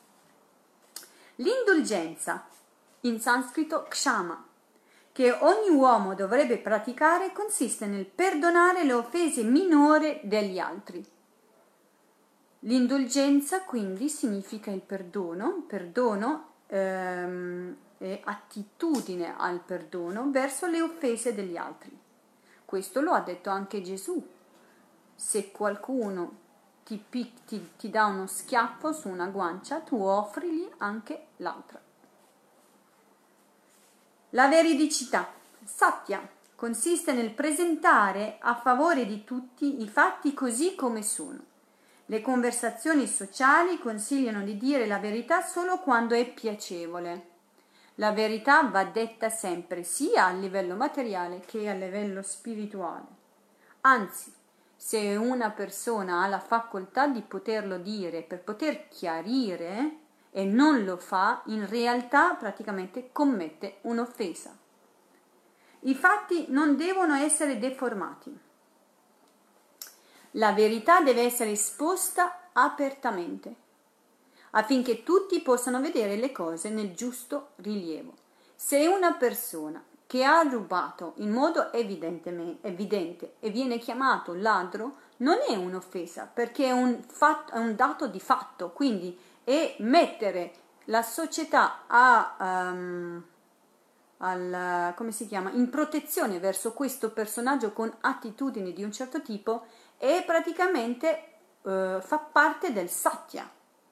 L'indulgenza, in sanscrito kshama, che ogni uomo dovrebbe praticare, consiste nel perdonare le offese minori degli altri. L'indulgenza quindi significa il perdono e attitudine al perdono verso le offese degli altri. Questo lo ha detto anche Gesù. Se qualcuno ti dà uno schiaffo su una guancia, tu offrigli anche l'altra. La veridicità, satya, consiste nel presentare a favore di tutti i fatti così come sono. Le conversazioni sociali consigliano di dire la verità solo quando è piacevole. La verità va detta sempre, sia a livello materiale che a livello spirituale. Anzi, se una persona ha la facoltà di poterlo dire per poter chiarire e non lo fa, in realtà praticamente commette un'offesa. I fatti non devono essere deformati. La verità deve essere esposta apertamente, affinché tutti possano vedere le cose nel giusto rilievo. Se una persona che ha rubato in modo evidente e viene chiamato ladro, non è un'offesa, perché è un dato di fatto, quindi è mettere la società in protezione verso questo personaggio con attitudini di un certo tipo, e praticamente fa parte del satya.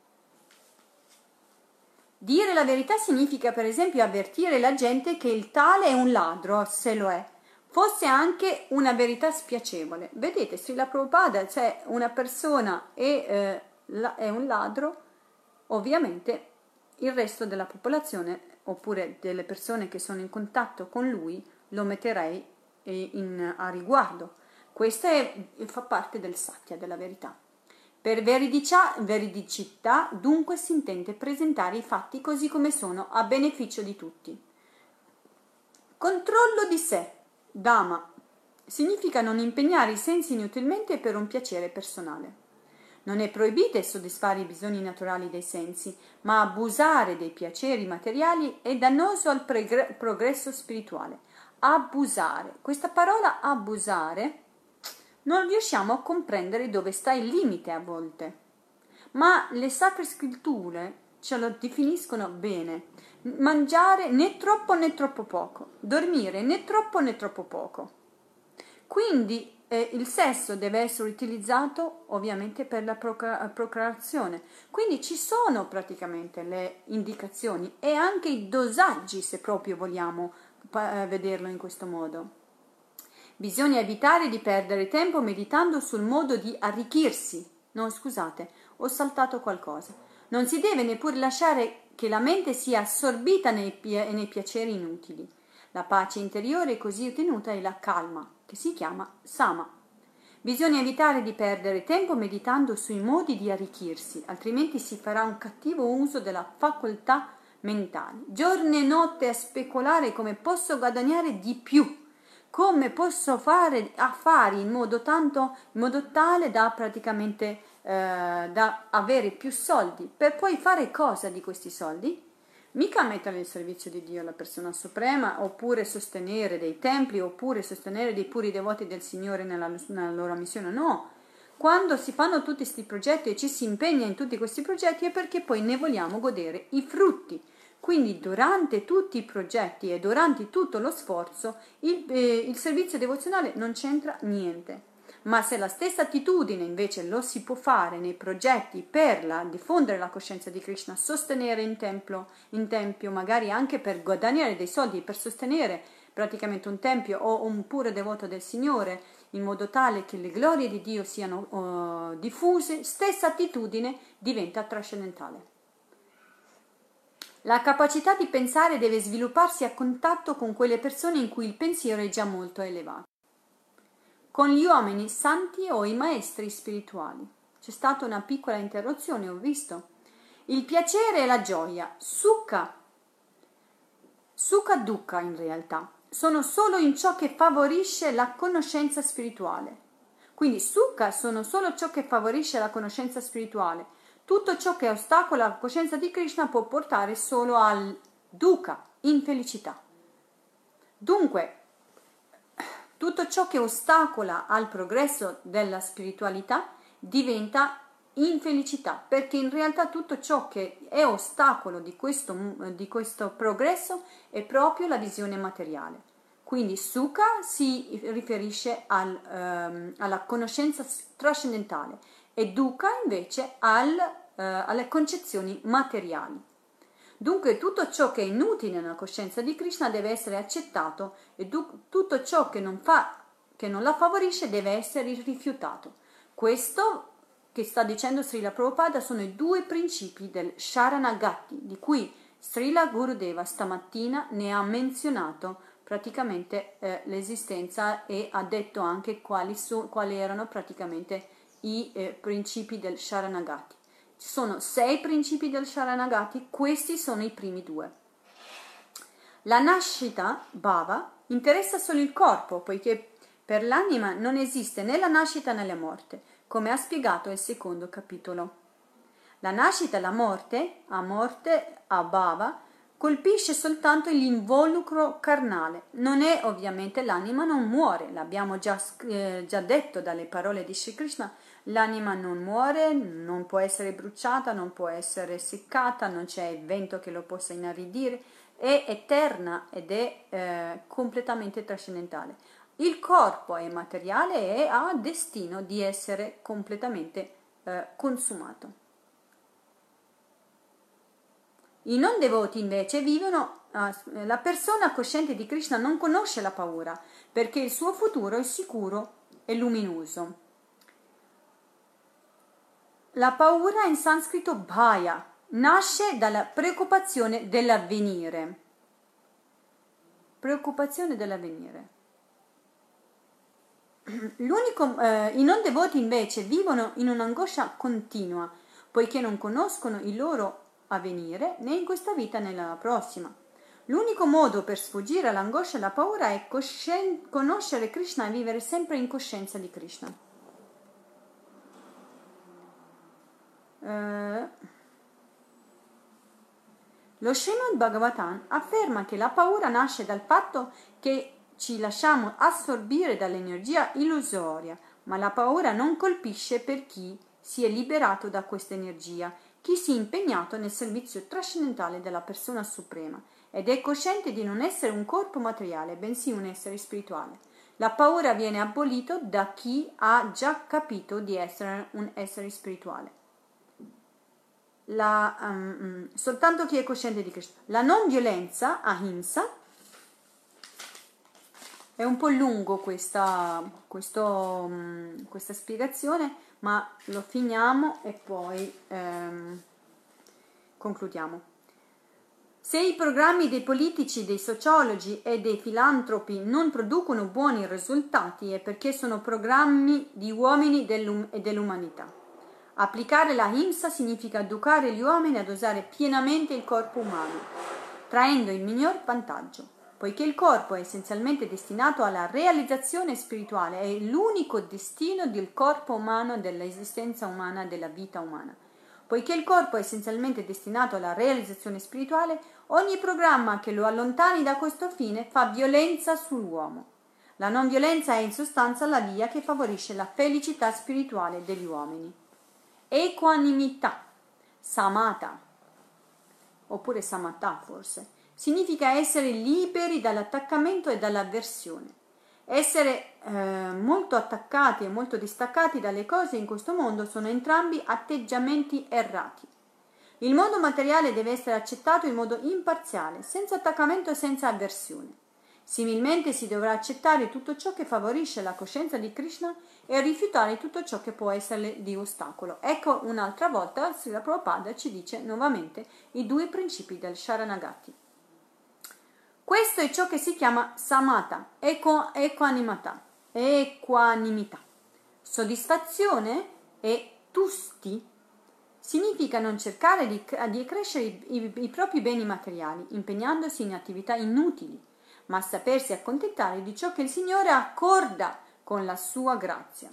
Dire la verità significa per esempio avvertire la gente che il tale è un ladro, se lo è, fosse anche una verità spiacevole. Vedete, Srila Prabhupada, cioè una persona è un ladro, ovviamente il resto della popolazione oppure delle persone che sono in contatto con lui lo metterei a riguardo. Questo fa parte del satya, della verità. Per veridicità dunque si intende presentare i fatti così come sono a beneficio di tutti. Controllo di sé, Dhamma, significa non impegnare i sensi inutilmente per un piacere personale. Non è proibito soddisfare i bisogni naturali dei sensi, ma abusare dei piaceri materiali è dannoso al progresso spirituale. Abusare, questa parola abusare, non riusciamo a comprendere dove sta il limite a volte, ma le sacre scritture ce lo definiscono bene. Mangiare né troppo né troppo poco, dormire né troppo né troppo poco. Quindi il sesso deve essere utilizzato ovviamente per la procreazione. Quindi ci sono praticamente le indicazioni e anche i dosaggi, se proprio vogliamo vederlo in questo modo. Bisogna evitare di perdere tempo meditando sul modo di arricchirsi. No, scusate, ho saltato qualcosa. Non si deve neppure lasciare che la mente sia assorbita nei piaceri inutili. La pace interiore così ottenuta è la calma, che si chiama sama. Bisogna evitare di perdere tempo meditando sui modi di arricchirsi, altrimenti si farà un cattivo uso della facoltà mentale. Giorno e notte a speculare come posso guadagnare di più, come posso fare affari in modo tale da praticamente da avere più soldi, per poi fare cosa di questi soldi? Mica mettere al servizio di Dio la persona suprema, oppure sostenere dei templi, oppure sostenere dei puri devoti del Signore nella loro missione, no. Quando si fanno tutti questi progetti e ci si impegna in tutti questi progetti è perché poi ne vogliamo godere i frutti. Quindi durante tutti i progetti e durante tutto lo sforzo il servizio devozionale non c'entra niente. Ma se la stessa attitudine invece lo si può fare nei progetti per diffondere la coscienza di Krishna, sostenere in tempio, magari anche per guadagnare dei soldi, per sostenere praticamente un tempio o un puro devoto del Signore, in modo tale che le glorie di Dio siano diffuse, stessa attitudine diventa trascendentale. La capacità di pensare deve svilupparsi a contatto con quelle persone in cui il pensiero è già molto elevato. Con gli uomini santi o i maestri spirituali. C'è stata una piccola interruzione, ho visto. Il piacere e la gioia, sukha dukkha in realtà, sono solo in ciò che favorisce la conoscenza spirituale. Quindi sukha sono solo ciò che favorisce la conoscenza spirituale. Tutto ciò che ostacola la coscienza di Krishna può portare solo al dukkha, infelicità. Dunque, tutto ciò che ostacola al progresso della spiritualità diventa infelicità, perché in realtà tutto ciò che è ostacolo di questo progresso è proprio la visione materiale. Quindi sukha si riferisce alla conoscenza trascendentale e dukkha invece alle concezioni materiali. Dunque tutto ciò che è inutile nella coscienza di Krishna deve essere accettato e tutto ciò che non la favorisce deve essere rifiutato. Questo che sta dicendo Srila Prabhupada sono i due principi del Sharanagati, di cui Srila Gurudeva stamattina ne ha menzionato praticamente l'esistenza e ha detto anche quali erano praticamente i principi del Sharanagati. Ci sono 6 principi del Sharanagati, questi sono i primi 2. La nascita, bhava, interessa solo il corpo, poiché per l'anima non esiste né la nascita né la morte, come ha spiegato il secondo capitolo. La nascita e la morte, a bhava, colpisce soltanto l'involucro carnale. Non è ovviamente l'anima non muore, l'abbiamo già detto dalle parole di Shri Krishna. L'anima non muore, non può essere bruciata, non può essere seccata, non c'è vento che lo possa inaridire, è eterna ed è completamente trascendentale. Il corpo è materiale e ha destino di essere completamente consumato. I non devoti invece la persona cosciente di Krishna non conosce la paura, perché il suo futuro è sicuro e luminoso. La paura in sanscrito bhaya nasce dalla preoccupazione dell'avvenire. Preoccupazione dell'avvenire. I non devoti invece vivono in un'angoscia continua, poiché non conoscono il loro avvenire né in questa vita né nella prossima. L'unico modo per sfuggire all'angoscia e alla paura è conoscere Krishna e vivere sempre in coscienza di Krishna. Lo Srimad Bhagavatam afferma che la paura nasce dal fatto che ci lasciamo assorbire dall'energia illusoria, ma la paura non colpisce per chi si è liberato da questa energia, chi si è impegnato nel servizio trascendentale della persona suprema ed è cosciente di non essere un corpo materiale, bensì un essere spirituale. La paura viene abolita da chi ha già capito di essere un essere spirituale. Soltanto chi è cosciente di Krishna. La non violenza, ahimsa, è un po' lungo questa spiegazione, ma lo finiamo e poi concludiamo. Se i programmi dei politici, dei sociologi e dei filantropi non producono buoni risultati è perché sono programmi di uomini e dell'umanità. Applicare la Ahimsa significa educare gli uomini ad usare pienamente il corpo umano, traendo il miglior vantaggio, poiché il corpo è essenzialmente destinato alla realizzazione spirituale, è l'unico destino del corpo umano, dell'esistenza umana, della vita umana. Poiché il corpo è essenzialmente destinato alla realizzazione spirituale, ogni programma che lo allontani da questo fine fa violenza sull'uomo. La non violenza è in sostanza la via che favorisce la felicità spirituale degli uomini. Equanimità, samatha, oppure samatha forse, significa essere liberi dall'attaccamento e dall'avversione. Essere molto attaccati e molto distaccati dalle cose in questo mondo sono entrambi atteggiamenti errati. Il mondo materiale deve essere accettato in modo imparziale, senza attaccamento e senza avversione. Similmente si dovrà accettare tutto ciò che favorisce la coscienza di Krishna e rifiutare tutto ciò che può essere di ostacolo. Ecco un'altra volta Srila Prabhupada ci dice nuovamente i due principi del Sharanagati. Questo è ciò che si chiama samatha, equanimità, soddisfazione e tusti significa non cercare di accrescere i propri beni materiali, impegnandosi in attività inutili, ma sapersi accontentare di ciò che il Signore accorda con la sua grazia.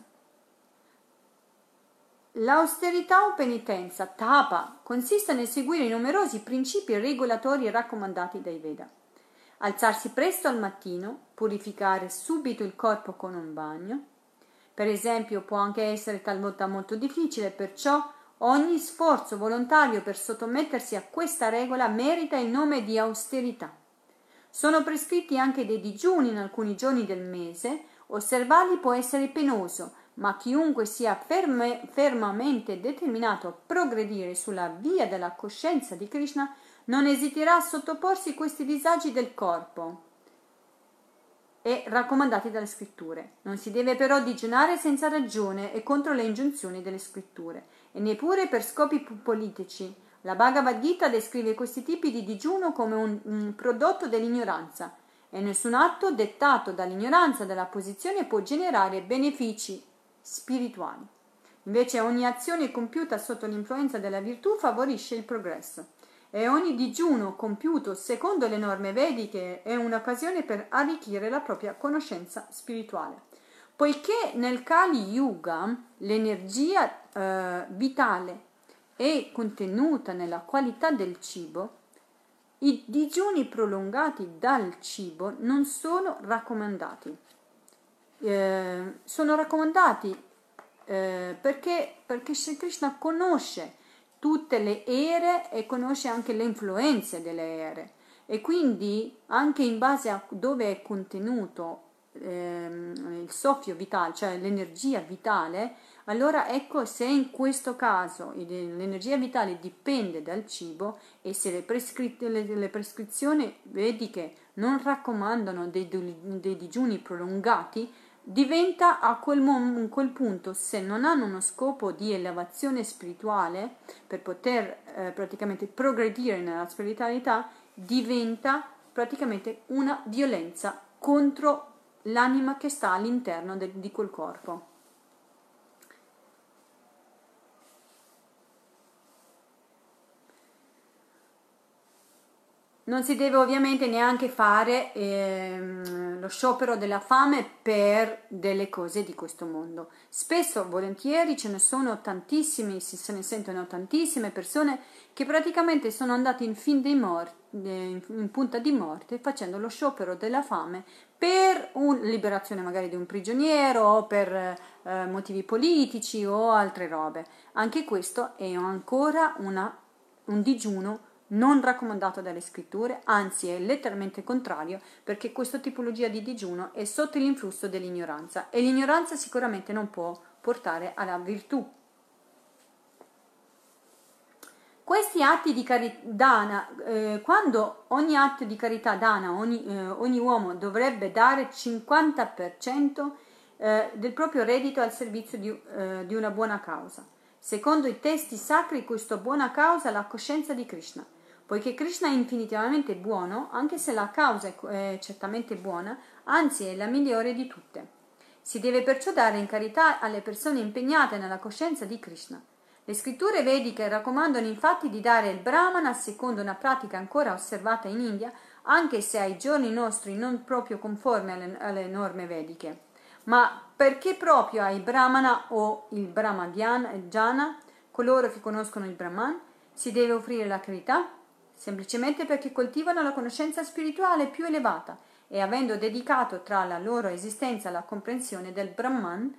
L'austerità o penitenza, tapa, consiste nel seguire i numerosi principi regolatori raccomandati dai Veda. Alzarsi presto al mattino, purificare subito il corpo con un bagno. Per esempio, può anche essere talvolta molto difficile, perciò ogni sforzo volontario per sottomettersi a questa regola merita il nome di austerità. Sono prescritti anche dei digiuni in alcuni giorni del mese. Osservarli può essere penoso, ma chiunque sia fermamente determinato a progredire sulla via della coscienza di Krishna non esiterà a sottoporsi a questi disagi del corpo e raccomandati dalle scritture. Non si deve però digiunare senza ragione e contro le ingiunzioni delle scritture, e neppure per scopi politici. La Bhagavad Gita descrive questi tipi di digiuno come un prodotto dell'ignoranza, e nessun atto dettato dall'ignoranza della posizione può generare benefici spirituali. Invece ogni azione compiuta sotto l'influenza della virtù favorisce il progresso. E ogni digiuno compiuto secondo le norme vediche è un'occasione per arricchire la propria conoscenza spirituale. Poiché nel Kali Yuga l'energia vitale è contenuta nella qualità del cibo, i digiuni prolungati dal cibo non sono raccomandati. Sono raccomandati perché Sri Krishna conosce tutte le ere e conosce anche le influenze delle ere, e quindi anche in base a dove è contenuto il soffio vitale, cioè l'energia vitale, allora ecco, se in questo caso l'energia vitale dipende dal cibo e se le prescrizioni vediche non raccomandano dei digiuni prolungati, diventa a quel punto, se non hanno uno scopo di elevazione spirituale per poter praticamente progredire nella spiritualità, diventa praticamente una violenza contro l'anima che sta all'interno di quel corpo. Non si deve ovviamente neanche fare lo sciopero della fame per delle cose di questo mondo. Spesso, volentieri, ce ne sono tantissimi, se ne sentono tantissime persone che praticamente sono andate in punta di morte facendo lo sciopero della fame per liberazione magari di un prigioniero o per motivi politici o altre robe. Anche questo è ancora un digiuno non raccomandato dalle scritture, anzi è letteralmente contrario, perché questa tipologia di digiuno è sotto l'influsso dell'ignoranza e l'ignoranza sicuramente non può portare alla virtù. Questi atti di carità, quando ogni atto di carità dana, ogni uomo dovrebbe dare 50% del proprio reddito al servizio di una buona causa. Secondo i testi sacri, questa buona causa è la coscienza di Krishna. Poiché Krishna è infinitamente buono, anche se la causa è certamente buona, anzi è la migliore di tutte. Si deve perciò dare in carità alle persone impegnate nella coscienza di Krishna. Le scritture vediche raccomandano infatti di dare il brahmana secondo una pratica ancora osservata in India, anche se ai giorni nostri non proprio conforme alle norme vediche. Ma perché proprio ai brahmana o il brahmajana, coloro che conoscono il Brahman, si deve offrire la carità? Semplicemente perché coltivano la conoscenza spirituale più elevata e avendo dedicato tra la loro esistenza alla comprensione del Brahman,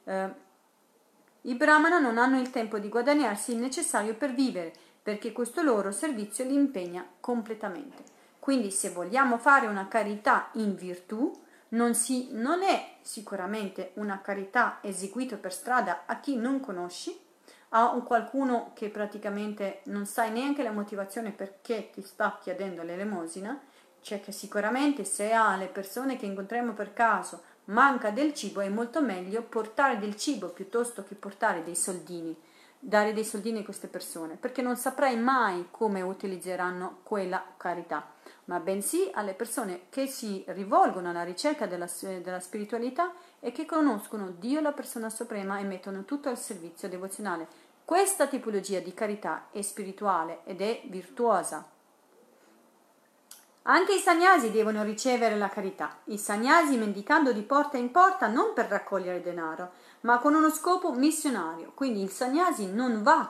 i Brahmana non hanno il tempo di guadagnarsi il necessario per vivere, perché questo loro servizio li impegna completamente. Quindi se vogliamo fare una carità in virtù, non è sicuramente una carità eseguita per strada a chi non conosci, a un qualcuno che praticamente non sai neanche la motivazione perché ti sta chiedendo l'elemosina, cioè che sicuramente se alle persone che incontriamo per caso manca del cibo è molto meglio portare del cibo piuttosto che portare dei soldini, dare dei soldini a queste persone, perché non saprai mai come utilizzeranno quella carità, ma bensì alle persone che si rivolgono alla ricerca della spiritualità e che conoscono Dio, la persona suprema, e mettono tutto al servizio devozionale. Questa tipologia di carità è spirituale ed è virtuosa. Anche i sannyasi devono ricevere la carità. I sannyasi mendicando di porta in porta non per raccogliere denaro, ma con uno scopo missionario. Quindi il sannyasi non fa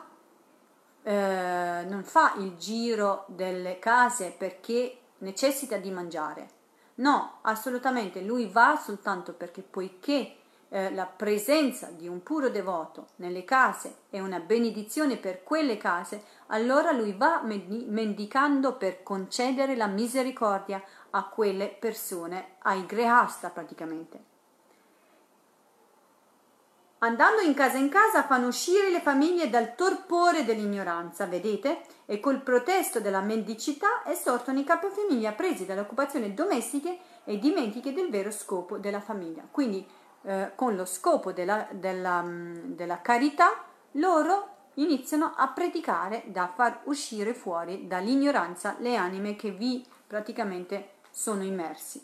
il giro delle case perché necessita di mangiare. No, assolutamente, lui va soltanto perché poiché la presenza di un puro devoto nelle case è una benedizione per quelle case, allora lui va mendicando per concedere la misericordia a quelle persone, ai grehasta praticamente. Andando in casa fanno uscire le famiglie dal torpore dell'ignoranza, vedete? E col protesto della mendicità esortano i capofamiglia presi dalle occupazioni domestiche e dimentichi del vero scopo della famiglia. Quindi con lo scopo della carità loro iniziano a predicare da far uscire fuori dall'ignoranza le anime che vi praticamente sono immersi.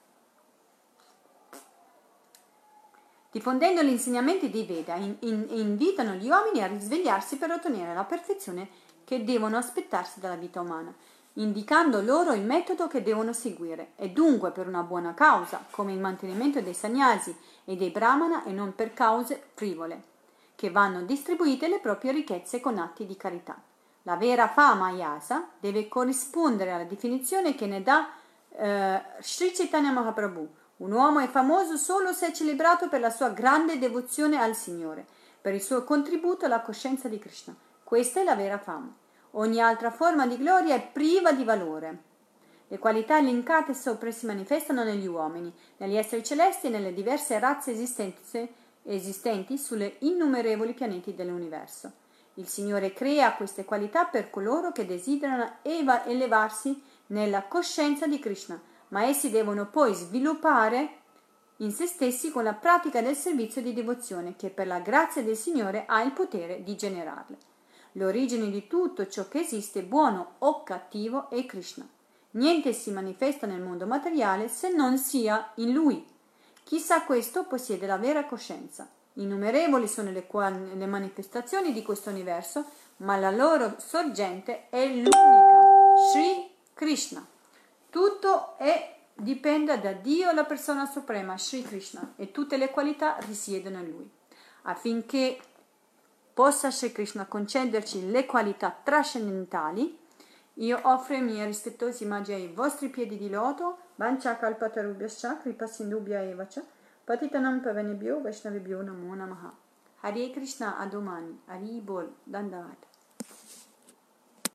Diffondendo gli insegnamenti dei Veda, invitano gli uomini a risvegliarsi per ottenere la perfezione che devono aspettarsi dalla vita umana, indicando loro il metodo che devono seguire, e dunque per una buona causa, come il mantenimento dei sannyasi e dei brahmana, e non per cause frivole, che vanno distribuite le proprie ricchezze con atti di carità. La vera fama yasa deve corrispondere alla definizione che ne dà Sri Chaitanya Mahaprabhu. Un uomo è famoso solo se è celebrato per la sua grande devozione al Signore, per il suo contributo alla coscienza di Krishna. Questa è la vera fama. Ogni altra forma di gloria è priva di valore. Le qualità elencate sopra si manifestano negli uomini, negli esseri celesti e nelle diverse razze esistenti sulle innumerevoli pianeti dell'universo. Il Signore crea queste qualità per coloro che desiderano elevarsi nella coscienza di Krishna, ma essi devono poi sviluppare in se stessi con la pratica del servizio di devozione che per la grazia del Signore ha il potere di generarle. L'origine di tutto ciò che esiste, buono o cattivo, è Krishna. Niente si manifesta nel mondo materiale se non sia in Lui. Chi sa questo possiede la vera coscienza. Innumerevoli sono le manifestazioni di questo universo, ma la loro sorgente è l'unica, Sri Krishna. Tutto dipende da Dio, la persona suprema, Sri Krishna, e tutte le qualità risiedono in Lui. Affinché possa Sri Krishna concederci le qualità trascendentali, io offro i miei rispettosi omaggi ai vostri piedi di loto, Vancha Kalpatarubhyascha Kripa Sindhubhya Evacha, Patitanam Pavanebhyo Vaishnavebhyo Namo Namaha. Hare Krishna, a domani. Hari Bol, Dandavat.